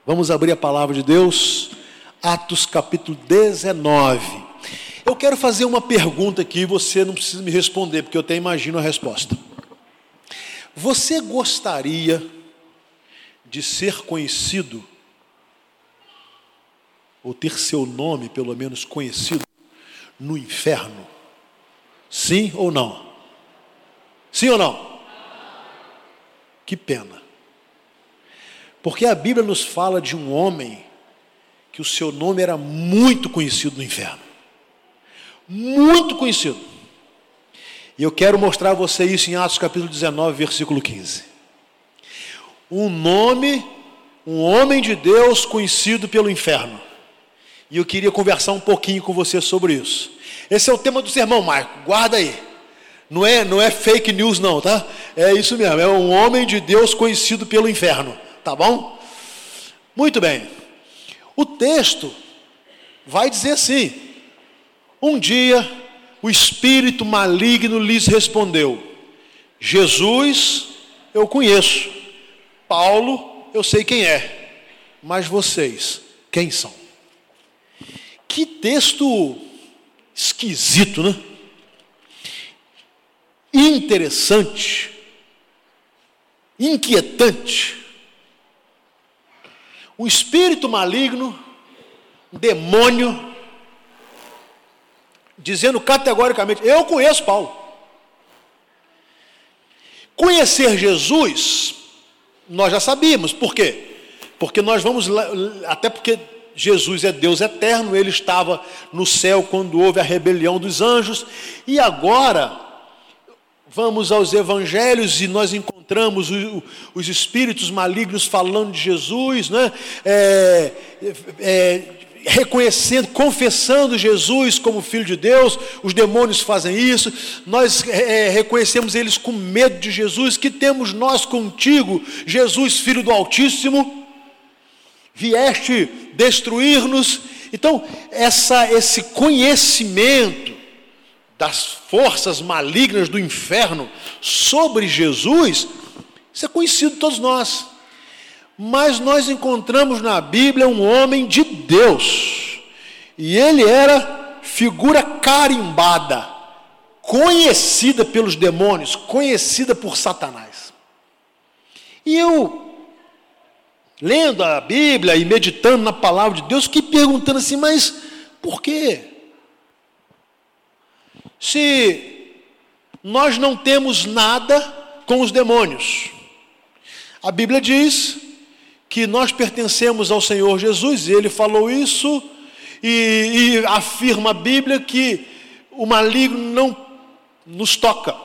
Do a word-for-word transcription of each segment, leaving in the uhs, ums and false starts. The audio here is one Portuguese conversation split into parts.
Vamos abrir a palavra de Deus, Atos capítulo dezenove. Eu quero fazer uma pergunta aqui, você não precisa me responder, porque eu até imagino a resposta. Você gostaria de ser conhecido, ou ter seu nome pelo menos conhecido, no inferno? Sim ou não? Sim ou não? Que pena. Porque a Bíblia nos fala de um homem que o seu nome era muito conhecido no inferno. Muito conhecido. E eu quero mostrar a você isso em Atos capítulo dezenove, versículo quinze. Um nome, um homem de Deus conhecido pelo inferno. E eu queria conversar um pouquinho com você sobre isso. Esse é o tema do sermão, Marco. Guarda aí. Não é, não é fake news não, tá? É isso mesmo. É um homem de Deus conhecido pelo inferno. Tá bom? Muito bem. O texto vai dizer assim: um dia o espírito maligno lhes respondeu: Jesus eu conheço, Paulo eu sei quem é, mas vocês quem são? Que texto esquisito, né? Interessante, inquietante. Um espírito maligno, um demônio, dizendo categoricamente: eu conheço Paulo. Conhecer Jesus, nós já sabíamos. Por quê? Porque nós vamos, até porque Jesus é Deus eterno, ele estava no céu quando houve a rebelião dos anjos, e agora vamos aos evangelhos e nós encontramos os espíritos malignos falando de Jesus, né? é, é, reconhecendo, confessando Jesus como Filho de Deus. Os demônios fazem isso. Nós é, reconhecemos eles com medo de Jesus. Que temos nós contigo, Jesus, Filho do Altíssimo? Vieste destruir-nos. Então, essa, esse conhecimento das forças malignas do inferno sobre Jesus, isso é conhecido de todos nós. Mas nós encontramos na Bíblia um homem de Deus, e ele era figura carimbada, conhecida pelos demônios, conhecida por Satanás. E eu, lendo a Bíblia e meditando na palavra de Deus, fiquei perguntando assim: mas por quê? Se nós não temos nada com os demônios, a Bíblia diz que nós pertencemos ao Senhor Jesus, e ele falou isso, e, e afirma a Bíblia que o maligno não nos toca.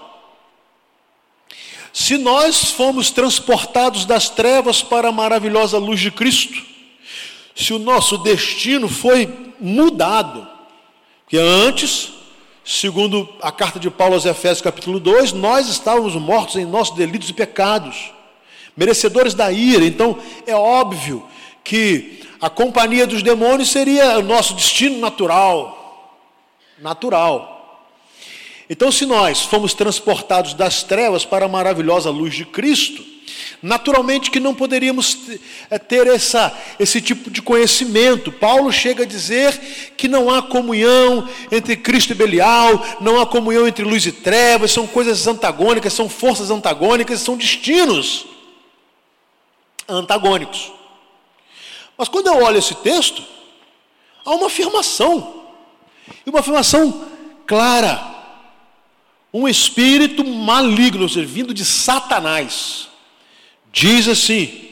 Se nós fomos transportados das trevas para a maravilhosa luz de Cristo, se o nosso destino foi mudado, que antes, segundo a carta de Paulo aos Efésios capítulo dois, nós estávamos mortos em nossos delitos e pecados, merecedores da ira. Então é óbvio que a companhia dos demônios seria o nosso destino natural. Natural. Então, se nós fomos transportados das trevas para a maravilhosa luz de Cristo, naturalmente que não poderíamos ter essa, esse tipo de conhecimento. Paulo chega a dizer que não há comunhão entre Cristo e Belial, não há comunhão entre luz e trevas, são coisas antagônicas, são forças antagônicas, são destinos antagônicos. Mas quando eu olho esse texto, há uma afirmação, e uma afirmação clara: um espírito maligno, ou seja, vindo de Satanás, diz assim: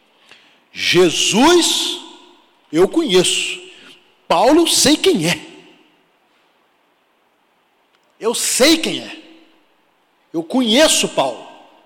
Jesus eu conheço, Paulo eu sei quem é, eu sei quem é, eu conheço Paulo.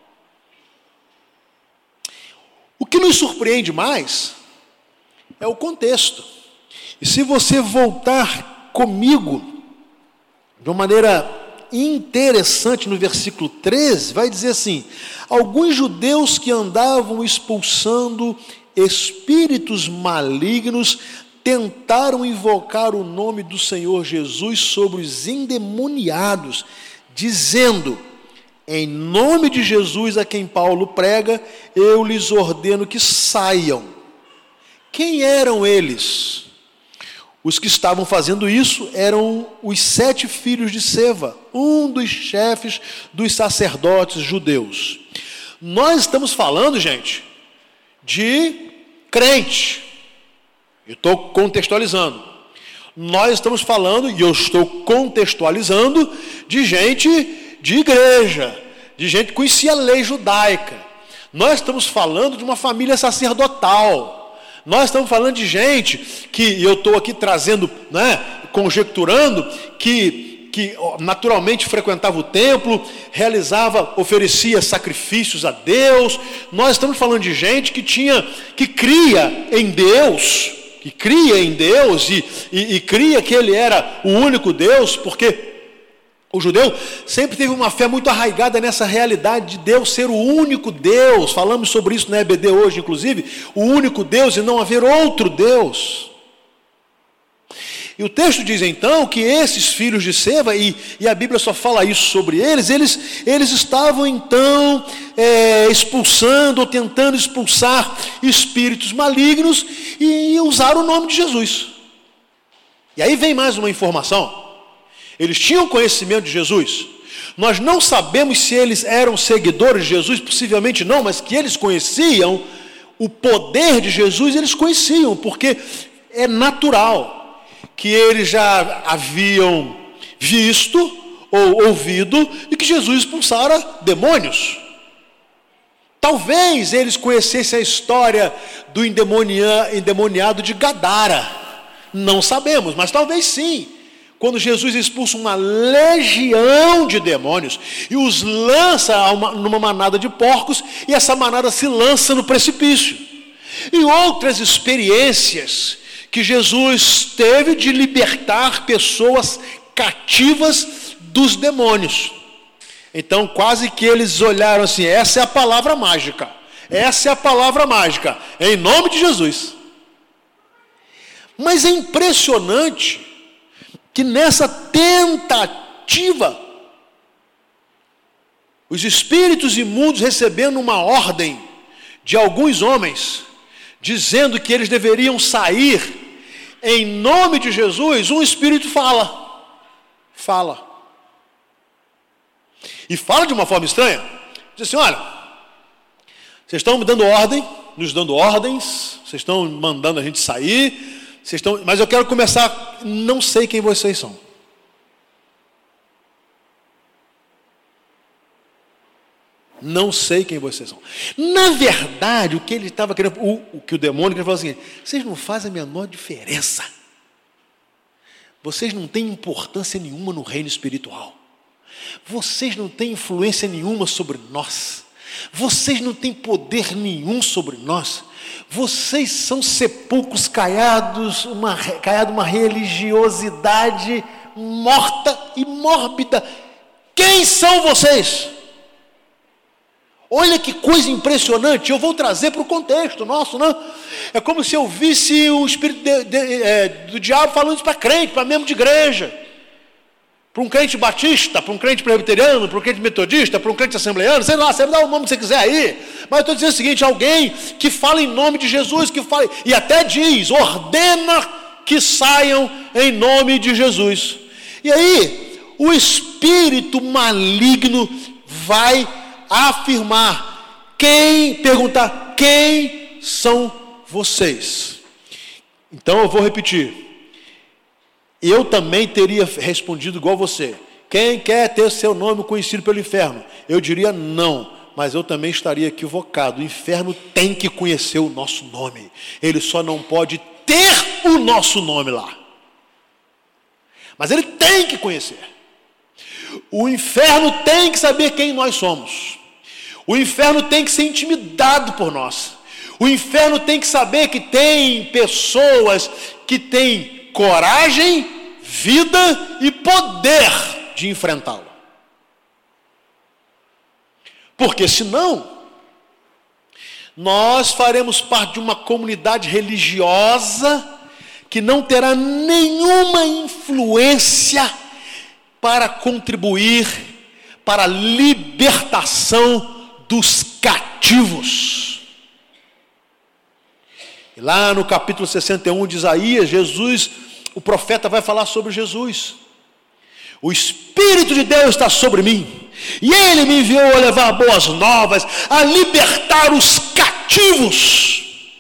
O que nos surpreende mais é o contexto. E se você voltar comigo de uma maneira interessante no versículo treze, vai dizer assim: alguns judeus que andavam expulsando espíritos malignos tentaram invocar o nome do Senhor Jesus sobre os endemoniados, dizendo: em nome de Jesus a quem Paulo prega, eu lhes ordeno que saiam. Quem eram eles? Os que estavam fazendo isso eram os sete filhos de Seva, um dos chefes dos sacerdotes judeus. Nós estamos falando, gente, de crente. Eu estou contextualizando. Nós estamos falando, e eu estou contextualizando, de gente de igreja, de gente que conhecia a lei judaica. Nós estamos falando de uma família sacerdotal. Nós estamos falando de gente que, eu estou aqui trazendo, né, conjecturando, que, que naturalmente frequentava o templo, realizava, oferecia sacrifícios a Deus. Nós estamos falando de gente que tinha, que cria em Deus, que cria em Deus e, e, e cria que Ele era o único Deus, porque o judeu sempre teve uma fé muito arraigada nessa realidade de Deus ser o único Deus. Falamos sobre isso na E B D hoje, inclusive, o único Deus e não haver outro Deus. E o texto diz então que esses filhos de Seva, e, e a Bíblia só fala isso sobre eles, eles, eles estavam então é, expulsando ou tentando expulsar espíritos malignos e usaram o nome de Jesus. E aí vem mais uma informação. Eles tinham conhecimento de Jesus. Nós não sabemos se eles eram seguidores de Jesus, possivelmente não, mas que eles conheciam o poder de Jesus, eles conheciam, porque é natural que eles já haviam visto ou ouvido e que Jesus expulsara demônios. Talvez eles conhecessem a história do endemoniado de Gadara. Não sabemos, mas talvez sim. Quando Jesus expulsa uma legião de demônios e os lança uma, numa manada de porcos, e essa manada se lança no precipício. E outras experiências que Jesus teve de libertar pessoas cativas dos demônios. Então quase que eles olharam assim, essa é a palavra mágica, essa é a palavra mágica, em nome de Jesus. Mas é impressionante que nessa tentativa, os espíritos imundos recebendo uma ordem de alguns homens, dizendo que eles deveriam sair em nome de Jesus, um espírito fala, fala, e fala de uma forma estranha, diz assim, olha, vocês estão me dando ordem, nos dando ordens, vocês estão mandando a gente sair, vocês estão, mas eu quero começar, não sei quem vocês são. Não sei quem vocês são. Na verdade, o que ele estava querendo, o, o que o demônio queria falar assim, vocês não fazem a menor diferença. Vocês não têm importância nenhuma no reino espiritual. Vocês não têm influência nenhuma sobre nós. Vocês não têm poder nenhum sobre nós. Vocês são sepulcros caiados, uma, caiado uma religiosidade morta e mórbida. Quem são vocês? Olha que coisa impressionante, eu vou trazer para o contexto nosso, não? É como se eu visse o espírito de, de, é, do diabo falando isso para crente, para membro de igreja, para um crente batista, para um crente presbiteriano, para um crente metodista, para um crente assembleano, sei lá, você dá o nome que você quiser aí, mas eu estou dizendo o seguinte, alguém que fala em nome de Jesus, que fala, e até diz, ordena que saiam em nome de Jesus. E aí, o espírito maligno vai afirmar, quem, perguntar, quem são vocês? Então eu vou repetir, eu também teria respondido igual você, quem quer ter seu nome conhecido pelo inferno? Eu diria não, mas eu também estaria equivocado, o inferno tem que conhecer o nosso nome, ele só não pode ter o nosso nome lá, mas ele tem que conhecer. O inferno tem que saber quem nós somos. O inferno tem que ser intimidado por nós. O inferno tem que saber que tem pessoas que têm coragem, vida e poder de enfrentá-lo. Porque senão, nós faremos parte de uma comunidade religiosa que não terá nenhuma influência para contribuir para a libertação dos cativos. E lá no capítulo sessenta e um de Isaías, Jesus, o profeta vai falar sobre Jesus. O Espírito de Deus está sobre mim, e Ele me enviou a levar boas novas, a libertar os cativos.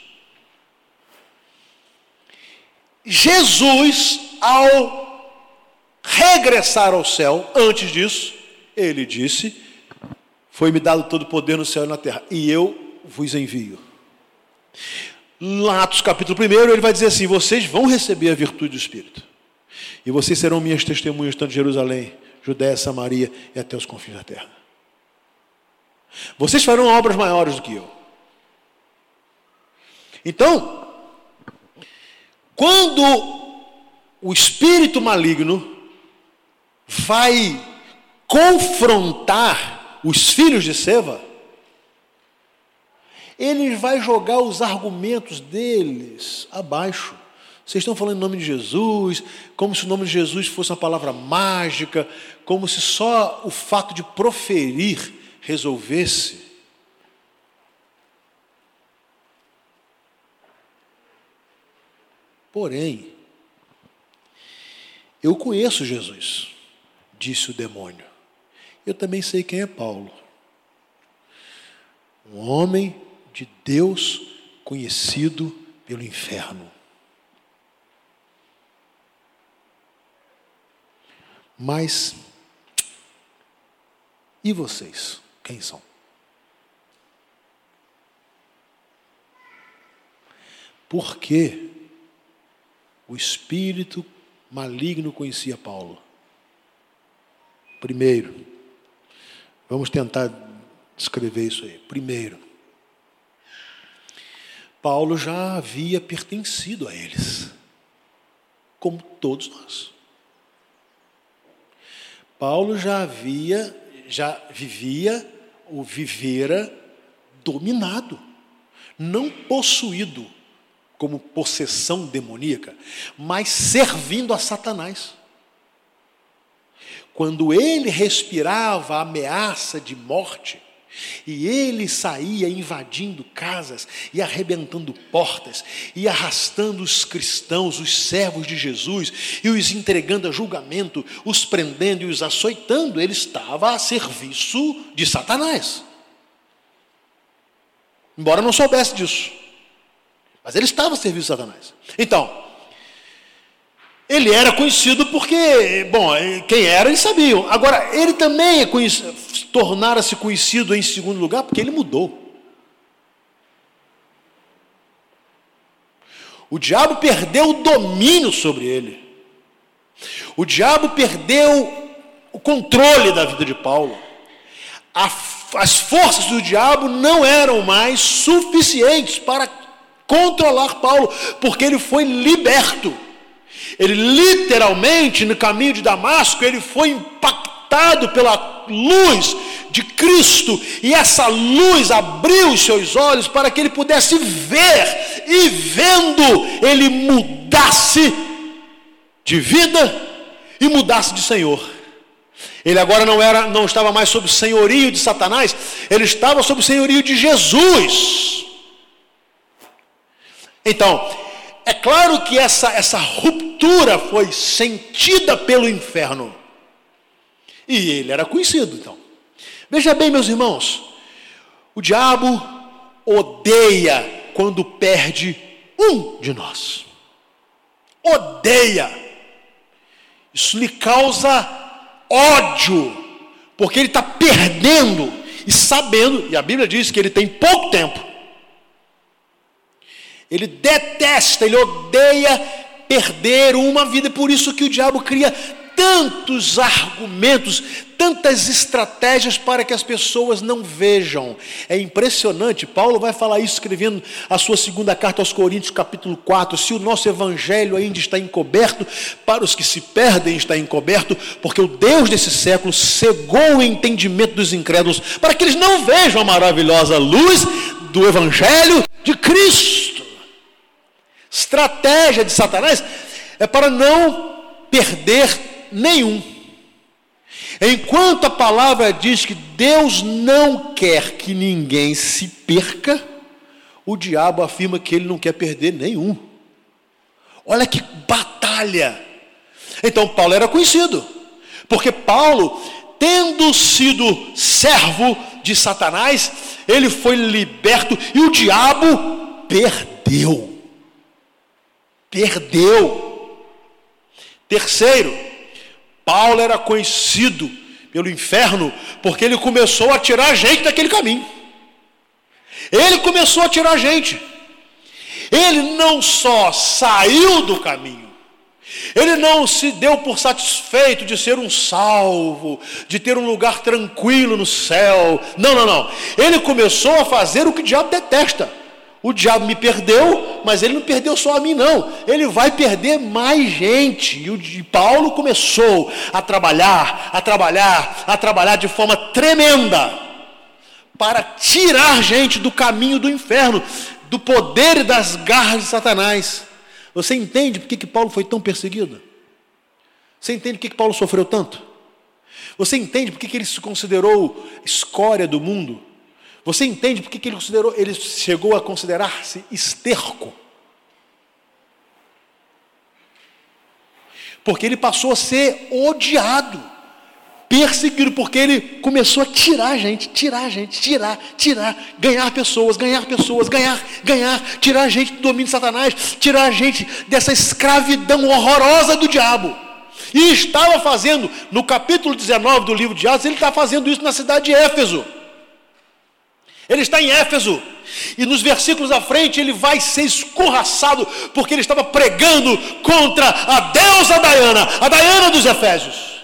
Jesus, ao regressar ao céu, antes disso, Ele disse: foi-me dado todo o poder no céu e na terra, e eu vos envio. Em Atos capítulo um, ele vai dizer assim: vocês vão receber a virtude do Espírito, e vocês serão minhas testemunhas, tanto em Jerusalém, Judéia, Samaria e até os confins da terra. Vocês farão obras maiores do que eu. Então, quando o espírito maligno vai confrontar os filhos de Seva, ele vai jogar os argumentos deles abaixo. Vocês estão falando em nome de Jesus, como se o nome de Jesus fosse uma palavra mágica, como se só o fato de proferir resolvesse. Porém, eu conheço Jesus, disse o demônio. Eu também sei quem é Paulo. Um homem de Deus conhecido pelo inferno. Mas, e vocês? Quem são? Por que o espírito maligno conhecia Paulo? Primeiro, vamos tentar descrever isso aí. Primeiro, Paulo já havia pertencido a eles, como todos nós. Paulo já havia, já vivia ou vivera dominado, não possuído como possessão demoníaca, mas servindo a Satanás. Quando ele respirava a ameaça de morte, e ele saía invadindo casas, e arrebentando portas, e arrastando os cristãos, os servos de Jesus, e os entregando a julgamento, os prendendo e os açoitando, ele estava a serviço de Satanás. Embora não soubesse disso. Mas ele estava a serviço de Satanás. Então, ele era conhecido porque, bom, quem era, eles sabiam. Agora, ele também é tornara-se conhecido em segundo lugar porque ele mudou. O diabo perdeu o domínio sobre ele. O diabo perdeu o controle da vida de Paulo. A, as forças do diabo não eram mais suficientes para controlar Paulo, porque ele foi liberto. Ele literalmente, no caminho de Damasco, ele foi impactado pela luz de Cristo, e essa luz abriu os seus olhos para que ele pudesse ver, e vendo, ele mudasse de vida e mudasse de Senhor. Ele agora não, era, não estava mais sob o senhorio de Satanás, ele estava sob o senhorio de Jesus. Então, é claro que essa, essa ruptura foi sentida pelo inferno. E ele era conhecido, então. Veja bem, meus irmãos, o diabo odeia quando perde um de nós. Odeia. Isso lhe causa ódio, porque ele está perdendo e sabendo, e a Bíblia diz que ele tem pouco tempo. Ele detesta, ele odeia perder uma vida, por isso que o diabo cria tantos argumentos, tantas estratégias para que as pessoas não vejam. É impressionante, Paulo vai falar isso escrevendo a sua segunda carta aos Coríntios, capítulo quatro, se o nosso evangelho ainda está encoberto, para os que se perdem está encoberto, porque o Deus desse século cegou o entendimento dos incrédulos, para que eles não vejam a maravilhosa luz do evangelho de Cristo. Estratégia de Satanás é para não perder nenhum. Enquanto a palavra diz que Deus não quer que ninguém se perca, o diabo afirma que ele não quer perder nenhum. Olha que batalha! Então Paulo era conhecido, porque Paulo, tendo sido servo de Satanás, ele foi liberto e o diabo perdeu. Perdeu. Terceiro, Paulo era conhecido pelo inferno porque ele começou a tirar gente daquele caminho. Ele começou a tirar gente. Ele não só saiu do caminho, ele não se deu por satisfeito de ser um salvo, de ter um lugar tranquilo no céu. Não, não, não. Ele começou a fazer o que o diabo detesta. O diabo me perdeu, mas ele não perdeu só a mim, não. Ele vai perder mais gente. E o de Paulo começou a trabalhar, a trabalhar, a trabalhar de forma tremenda para tirar gente do caminho do inferno, do poder e das garras de Satanás. Você entende por que, que Paulo foi tão perseguido? Você entende por que, que Paulo sofreu tanto? Você entende por que, que ele se considerou escória do mundo? Você entende por que, que ele, considerou, ele chegou a considerar-se esterco? Porque ele passou a ser odiado, perseguido, porque ele começou a tirar gente, tirar gente, tirar, tirar, ganhar pessoas, ganhar pessoas, ganhar, ganhar, tirar gente do domínio de Satanás, tirar gente dessa escravidão horrorosa do diabo. E estava fazendo, no capítulo dezenove do livro de Atos, ele está fazendo isso na cidade de Éfeso. Ele está em Éfeso, e nos versículos à frente ele vai ser escorraçado, porque ele estava pregando contra a deusa Diana, a Diana dos Efésios.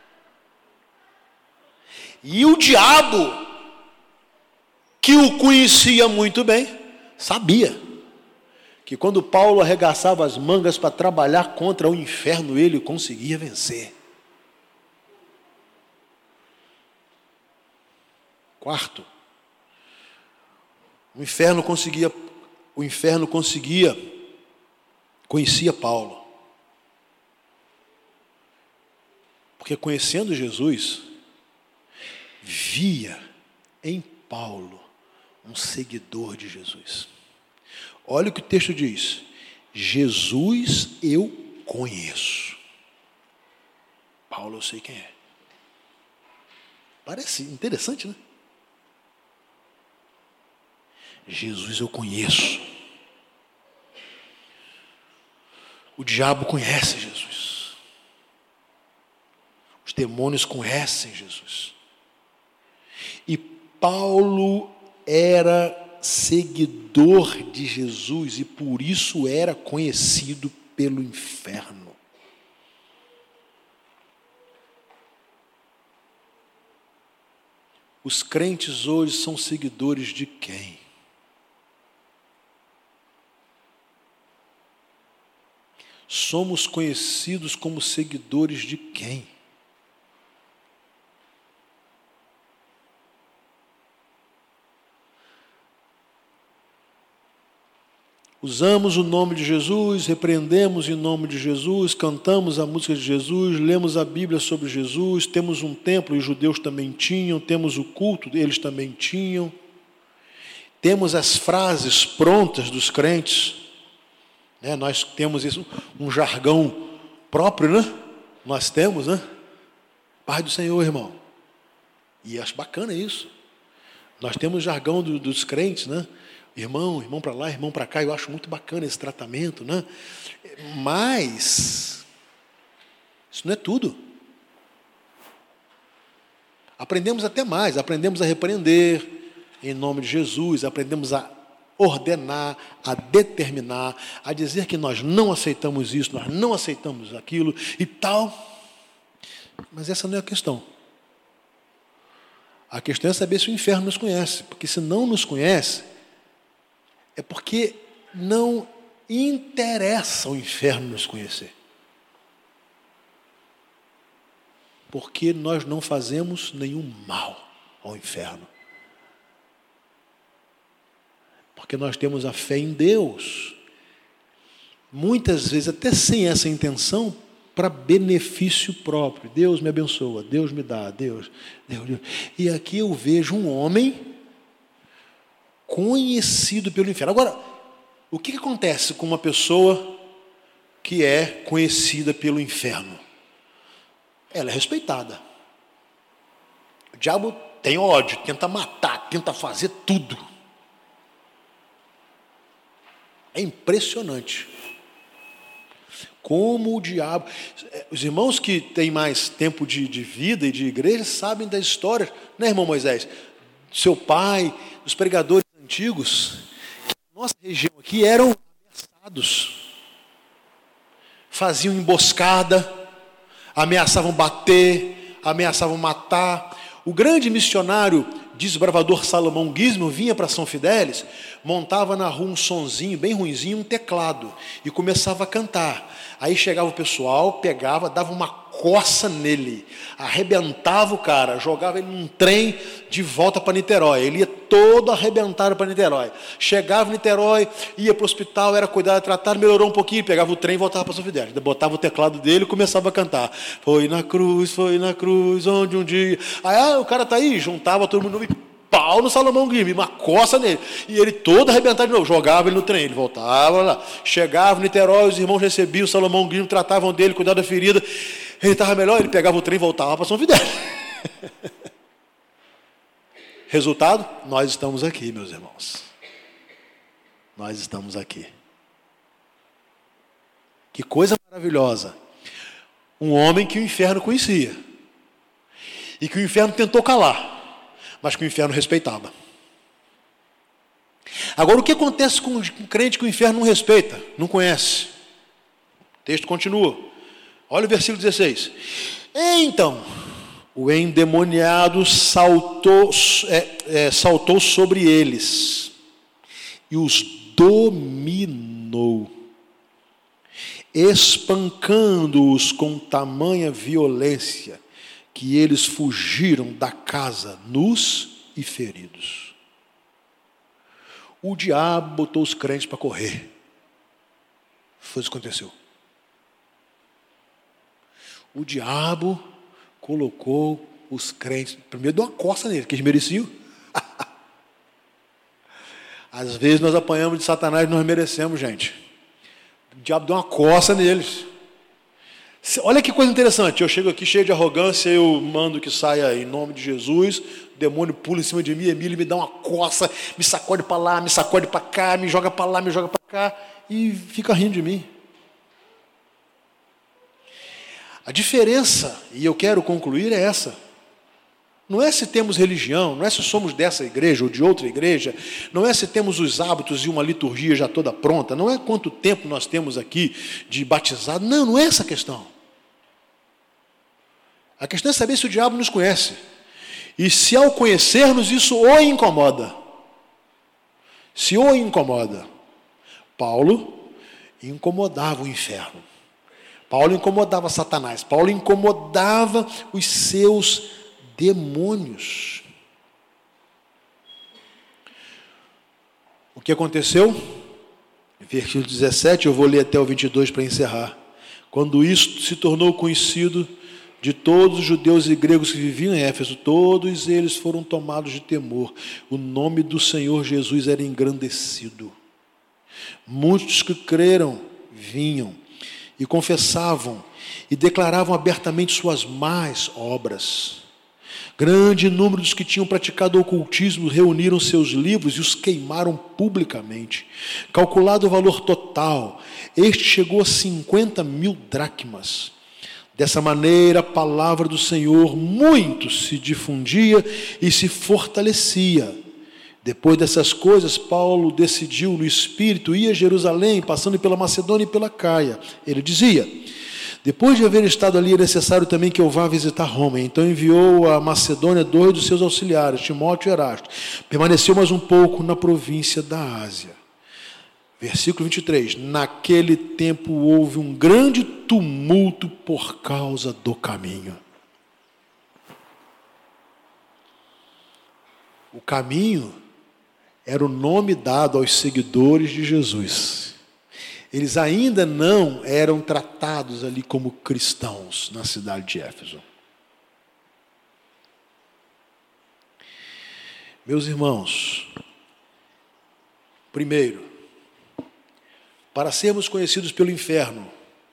E o diabo, que o conhecia muito bem, sabia que quando Paulo arregaçava as mangas para trabalhar contra o inferno, ele conseguia vencer. Quarto, o inferno conseguia, o inferno conseguia, conhecia Paulo. Porque conhecendo Jesus, via em Paulo um seguidor de Jesus. Olha o que o texto diz: Jesus eu conheço. Paulo eu sei quem é. Parece interessante, né? Jesus eu conheço. O diabo conhece Jesus. Os demônios conhecem Jesus. E Paulo era seguidor de Jesus e por isso era conhecido pelo inferno. Os crentes hoje são seguidores de quem? Somos conhecidos como seguidores de quem? Usamos o nome de Jesus, repreendemos em nome de Jesus, cantamos a música de Jesus, lemos a Bíblia sobre Jesus, temos um templo, e os judeus também tinham, temos o culto, eles também tinham, temos as frases prontas dos crentes, né? Nós temos isso, um jargão próprio, né? Nós temos, né? Paz do Senhor, irmão. E acho bacana isso. Nós temos jargão do, dos crentes, né? Irmão, irmão para lá, irmão para cá. Eu acho muito bacana esse tratamento, né? Mas isso não é tudo. Aprendemos até mais. Aprendemos a repreender em nome de Jesus. Aprendemos a ordenar, a determinar, a dizer que nós não aceitamos isso, nós não aceitamos aquilo e tal. Mas essa não é a questão. A questão é saber se o inferno nos conhece, porque se não nos conhece, é porque não interessa o inferno nos conhecer. Porque nós não fazemos nenhum mal ao inferno. Porque nós temos a fé em Deus. Muitas vezes, até sem essa intenção, para benefício próprio. Deus me abençoa, Deus me dá, Deus, Deus, Deus. E aqui eu vejo um homem Conhecido pelo inferno. Agora, o que, que acontece com uma pessoa que é conhecida pelo inferno? Ela é respeitada. O diabo tem ódio, tenta matar, tenta fazer tudo. É impressionante. Como o diabo... Os irmãos que têm mais tempo de, de vida e de igreja sabem da história, né, irmão Moisés? Seu pai, os pregadores antigos, que na nossa região aqui eram ameaçados. Faziam emboscada, ameaçavam bater, ameaçavam matar. O grande missionário desbravador Salomão Gizmo vinha para São Fidélis, montava na rua um sonzinho bem ruinzinho, um teclado, e começava a cantar. Aí chegava o pessoal, pegava, dava uma coça nele, arrebentava o cara, jogava ele num trem de volta para Niterói. Ele ia todo arrebentado para Niterói. Chegava em Niterói, ia para o hospital, era cuidado, tratado, melhorou um pouquinho, pegava o trem e voltava para São Fidélis. Botava o teclado dele e começava a cantar. Foi na cruz, foi na cruz, onde um dia... Aí ah, o cara tá aí, juntava todo mundo e pau no Salomão Gizmo, uma coça nele. E ele todo arrebentado de novo, jogava ele no trem, ele voltava lá. Chegava em Niterói, os irmãos recebiam o Salomão Gizmo, tratavam dele, cuidavam da ferida. Ele estava melhor, ele pegava o trem e voltava para São Fidélis. Resultado? Nós estamos aqui, meus irmãos. Nós estamos aqui. Que coisa maravilhosa. Um homem que o inferno conhecia. E que o inferno tentou calar. Mas que o inferno respeitava. Agora, o que acontece com um crente que o inferno não respeita? Não conhece. O texto continua. Olha o versículo dezesseis. Então, o endemoniado saltou, é, é, saltou sobre eles e os dominou, espancando-os com tamanha violência que eles fugiram da casa nus e feridos. O diabo botou os crentes para correr. Foi isso que aconteceu. O diabo colocou os crentes, primeiro deu uma coça nele, que eles mereciam. Às vezes nós apanhamos de Satanás e nós merecemos, gente. O diabo deu uma coça neles. Olha que coisa interessante, eu chego aqui cheio de arrogância, eu mando que saia em nome de Jesus, o demônio pula em cima de mim, Emílio me dá uma coça, me sacode para lá, me sacode para cá, me joga para lá, me joga para cá, e fica rindo de mim. A diferença, e eu quero concluir, é essa. Não é se temos religião, não é se somos dessa igreja ou de outra igreja, não é se temos os hábitos e uma liturgia já toda pronta, não é quanto tempo nós temos aqui de batizado, não, não é essa a questão. A questão é saber se o diabo nos conhece. E se ao conhecermos isso o incomoda. Se o incomoda. Paulo incomodava o inferno. Paulo incomodava Satanás. Paulo incomodava os seus demônios. O que aconteceu? Versículo dezessete, eu vou ler até o vinte e dois para encerrar. Quando isso se tornou conhecido de todos os judeus e gregos que viviam em Éfeso, todos eles foram tomados de temor. O nome do Senhor Jesus era engrandecido. Muitos que creram vinham e confessavam e declaravam abertamente suas más obras. Grande número dos que tinham praticado o ocultismo reuniram seus livros e os queimaram publicamente. Calculado o valor total, este chegou a cinquenta mil dracmas. Dessa maneira, a palavra do Senhor muito se difundia e se fortalecia. Depois dessas coisas, Paulo decidiu no Espírito ir a Jerusalém, passando pela Macedônia e pela Caia. Ele dizia: depois de haver estado ali, é necessário também que eu vá visitar Roma. Então enviou a Macedônia dois dos seus auxiliares, Timóteo e Erasto. Permaneceu mais um pouco na província da Ásia. Versículo vinte e três. Naquele tempo houve um grande tumulto por causa do caminho. O caminho era o nome dado aos seguidores de Jesus. Eles ainda não eram tratados ali como cristãos na cidade de Éfeso. Meus irmãos, Primeiro, para sermos conhecidos pelo inferno,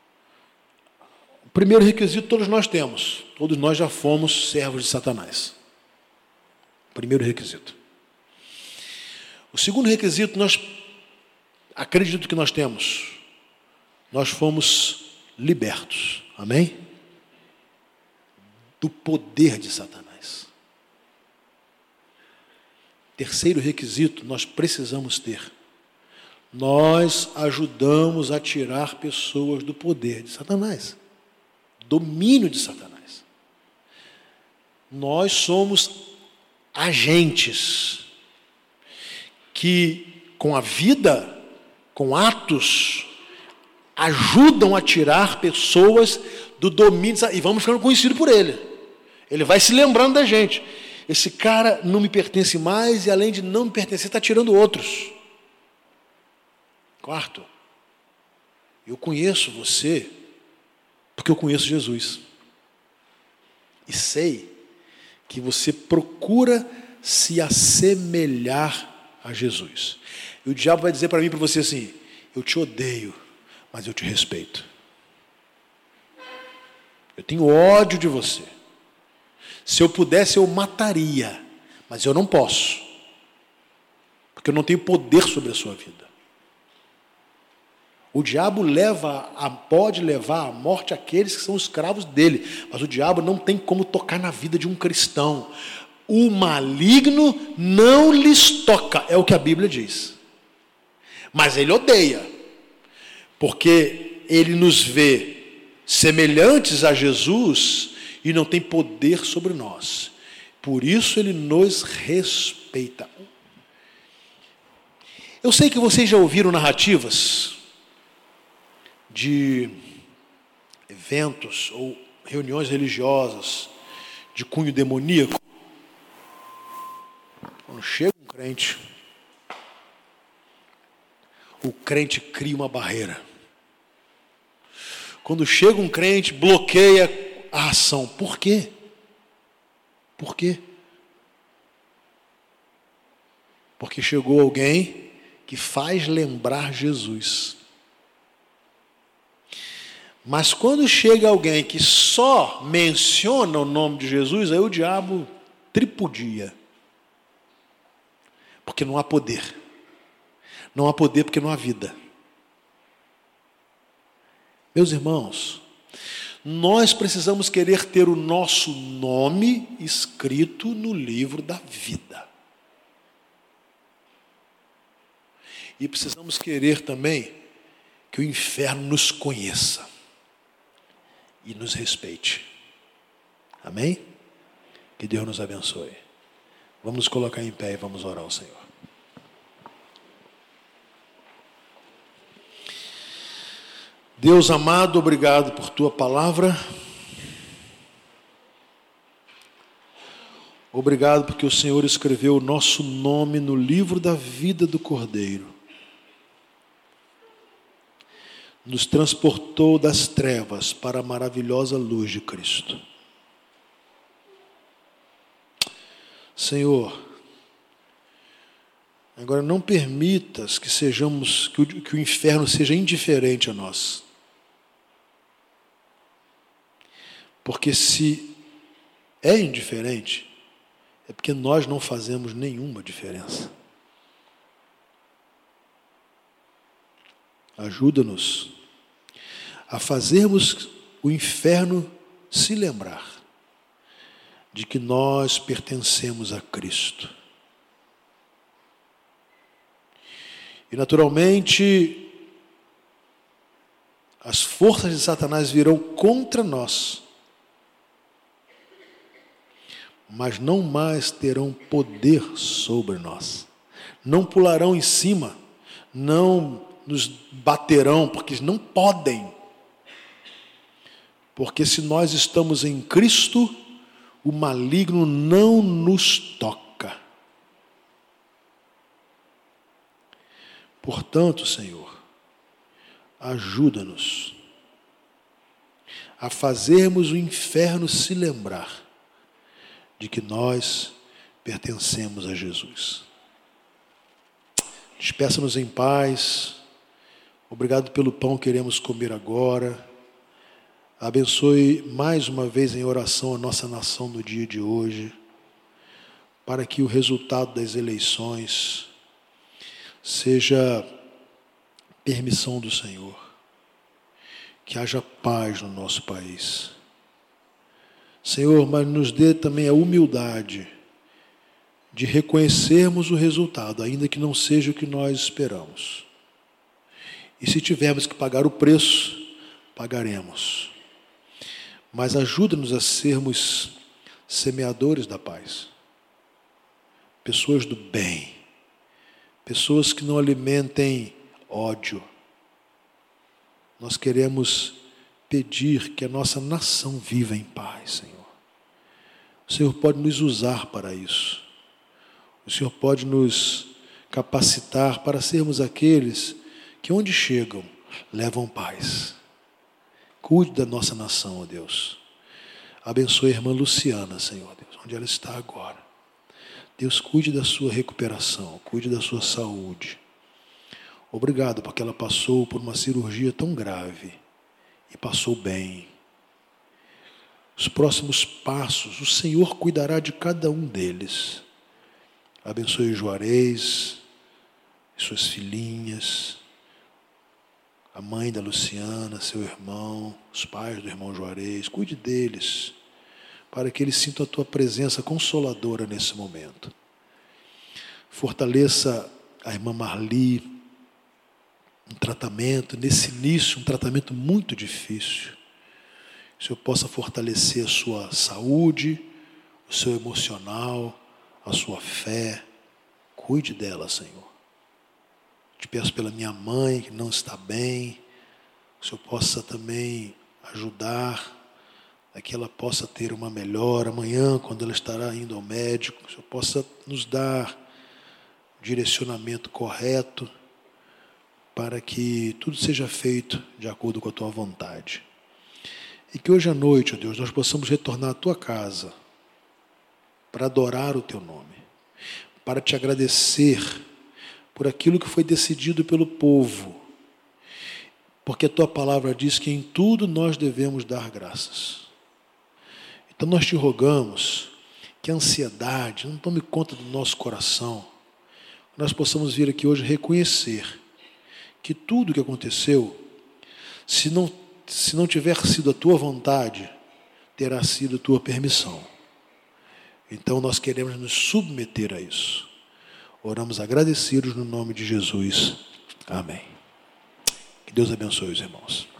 o primeiro requisito todos nós temos. Todos nós já fomos servos de Satanás. Primeiro requisito. O segundo requisito, nós acredito que nós temos. Nós fomos libertos. Amém? Do poder de Satanás. Terceiro requisito, nós precisamos ter. Nós ajudamos a tirar pessoas do poder de Satanás. Domínio de Satanás. Nós somos agentes que, com a vida, com atos, ajudam a tirar pessoas do domínio, e vamos ficando conhecidos por ele. Ele vai se lembrando da gente. Esse cara não me pertence mais e, além de não me pertencer, está tirando outros. Quarto, eu conheço você porque eu conheço Jesus. E sei que você procura se assemelhar a Jesus. E o diabo vai dizer para mim e para você assim: eu te odeio, mas eu te respeito. Eu tenho ódio de você. Se eu pudesse, eu mataria, mas eu não posso, porque eu não tenho poder sobre a sua vida. O diabo leva a, pode levar à morte aqueles que são escravos dele, mas o diabo não tem como tocar na vida de um cristão. O maligno não lhes toca, é o que a Bíblia diz. Mas ele odeia, porque ele nos vê semelhantes a Jesus e não tem poder sobre nós. Por isso ele nos respeita. Eu sei que vocês já ouviram narrativas de eventos ou reuniões religiosas de cunho demoníaco. Quando chega um crente, o crente cria uma barreira. Quando chega um crente, bloqueia a ação. Por quê? Por quê? Porque chegou alguém que faz lembrar Jesus. Mas quando chega alguém que só menciona o nome de Jesus, aí o diabo tripudia. Porque não há poder. Não há poder porque não há vida. Meus irmãos, nós precisamos querer ter o nosso nome escrito no livro da vida. E precisamos querer também que o inferno nos conheça e nos respeite. Amém? Que Deus nos abençoe. Vamos nos colocar em pé e vamos orar ao Senhor. Deus amado, obrigado por tua palavra. Obrigado porque o Senhor escreveu o nosso nome no livro da vida do Cordeiro. Nos transportou das trevas para a maravilhosa luz de Cristo. Senhor, agora não permitas que sejamos, que o, que o inferno seja indiferente a nós. Porque se é indiferente, é porque nós não fazemos nenhuma diferença. Ajuda-nos a fazermos o inferno se lembrar de que nós pertencemos a Cristo. E naturalmente, as forças de Satanás virão contra nós, mas não mais terão poder sobre nós. Não pularão em cima, não nos baterão, porque não podem. Porque se nós estamos em Cristo, o maligno não nos toca. Portanto, Senhor, ajuda-nos a fazermos o inferno se lembrar de que nós pertencemos a Jesus. Despeça-nos em paz. Obrigado pelo pão que queremos comer agora. Abençoe mais uma vez em oração a nossa nação no dia de hoje, para que o resultado das eleições seja permissão do Senhor, que haja paz no nosso país. Senhor, mas nos dê também a humildade de reconhecermos o resultado, ainda que não seja o que nós esperamos. E se tivermos que pagar o preço, pagaremos. Mas ajuda-nos a sermos semeadores da paz. Pessoas do bem. Pessoas que não alimentem ódio. Nós queremos pedir que a nossa nação viva em paz, Senhor. O Senhor pode nos usar para isso. O Senhor pode nos capacitar para sermos aqueles que, onde chegam, levam paz. Cuide da nossa nação, ó Deus. Abençoe a irmã Luciana, Senhor Deus, onde ela está agora. Deus, cuide da sua recuperação, cuide da sua saúde. Obrigado porque ela passou por uma cirurgia tão grave e passou bem. Os próximos passos, o Senhor cuidará de cada um deles. Abençoe o Juarez, suas filhinhas, a mãe da Luciana, seu irmão, os pais do irmão Juarez. Cuide deles, para que eles sintam a tua presença consoladora nesse momento. Fortaleça a irmã Marli, um tratamento, nesse início, um tratamento muito difícil. Que o Senhor possa fortalecer a sua saúde, o seu emocional, a sua fé. Cuide dela, Senhor. Te peço pela minha mãe, que não está bem, que o Senhor possa também ajudar a que ela possa ter uma melhora amanhã, quando ela estará indo ao médico. Que o Senhor possa nos dar o direcionamento correto, para que tudo seja feito de acordo com a Tua vontade. E que hoje à noite, ó Deus, nós possamos retornar à Tua casa para adorar o Teu nome, para Te agradecer por aquilo que foi decidido pelo povo, porque a Tua palavra diz que em tudo nós devemos dar graças. Então nós Te rogamos que a ansiedade não tome conta do nosso coração, que nós possamos vir aqui hoje reconhecer que tudo o que aconteceu, se não, se não tiver sido a Tua vontade, terá sido a Tua permissão. Então nós queremos nos submeter a isso. Oramos agradecidos no nome de Jesus. Amém. Que Deus abençoe os irmãos.